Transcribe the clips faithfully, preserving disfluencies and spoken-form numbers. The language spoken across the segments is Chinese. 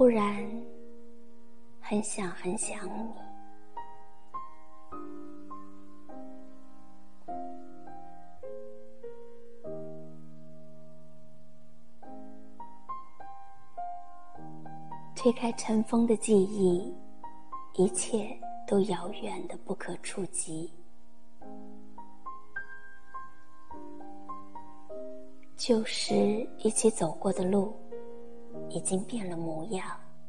忽然很想很想你。推开尘封的记忆，一切都遥远的不可触及。旧时一起走过的路，已经变了模样，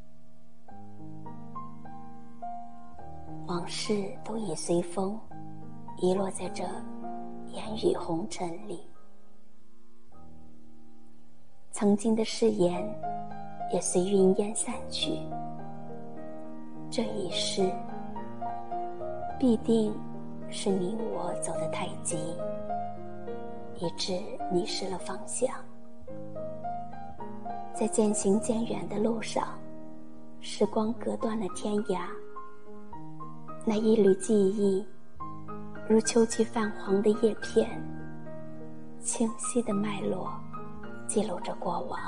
往事都已随风遗落在这烟雨红尘里。曾经的誓言也随云烟散去，这一世必定是你我走得太急，以致迷失了方向。在渐行渐远的路上，时光隔断了天涯，那一缕记忆如秋季泛黄的叶片，清晰的脉络记录着过往。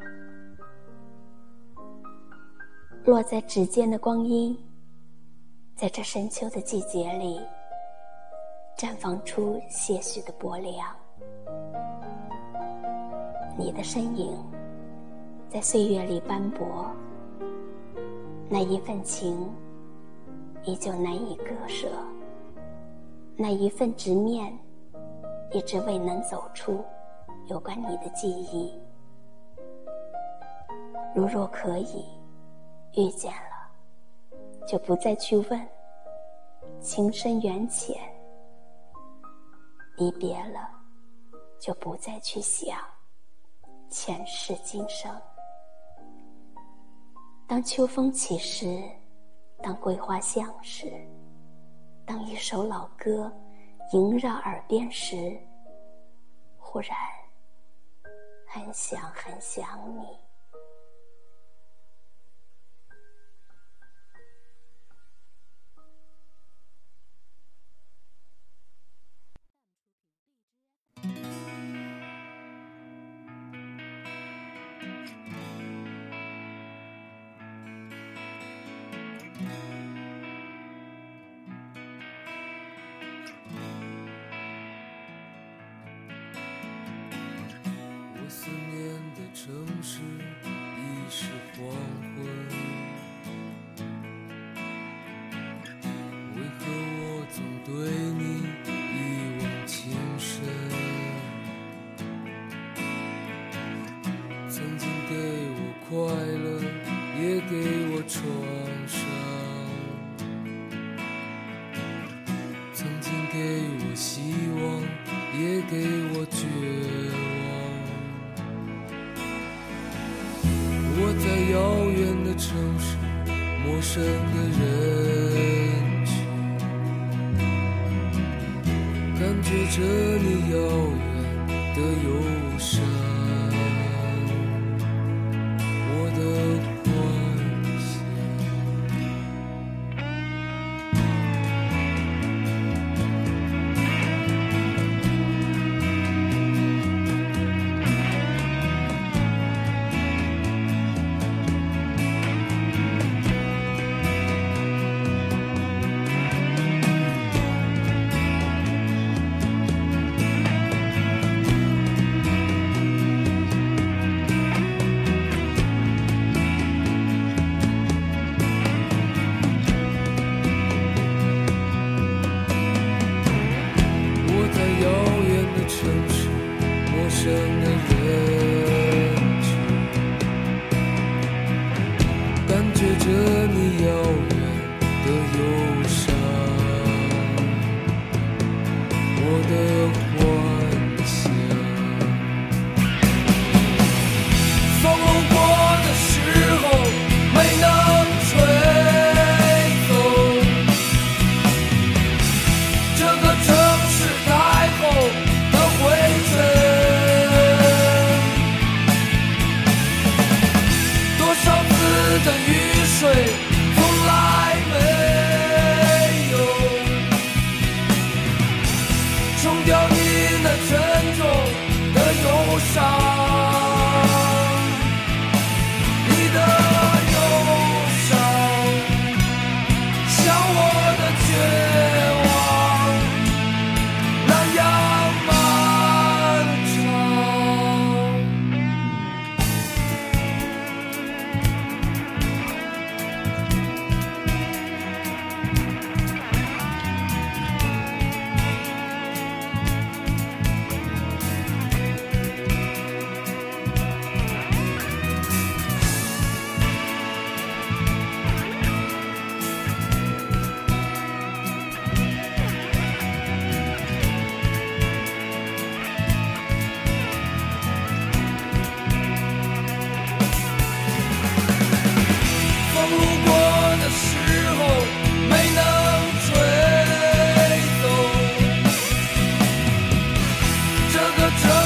落在指尖的光阴，在这深秋的季节里绽放出些许的薄凉。你的身影在岁月里斑驳，那一份情依旧难以割舍，那一份执念一直未能走出有关你的记忆。如若可以遇见了，就不再去问情深缘浅，离别了，就不再去想前世今生。当秋风起时，当桂花香时，当一首老歌萦绕耳边时，忽然很想很想你。 思念的城市已是黄昏，为何我总对你一往情深？曾经给我快乐，也给我创伤，曾经给我希望，也给我绝望。我在遥远的城市，陌生的人群，感觉着你遥远的忧伤，我的幻想。你的这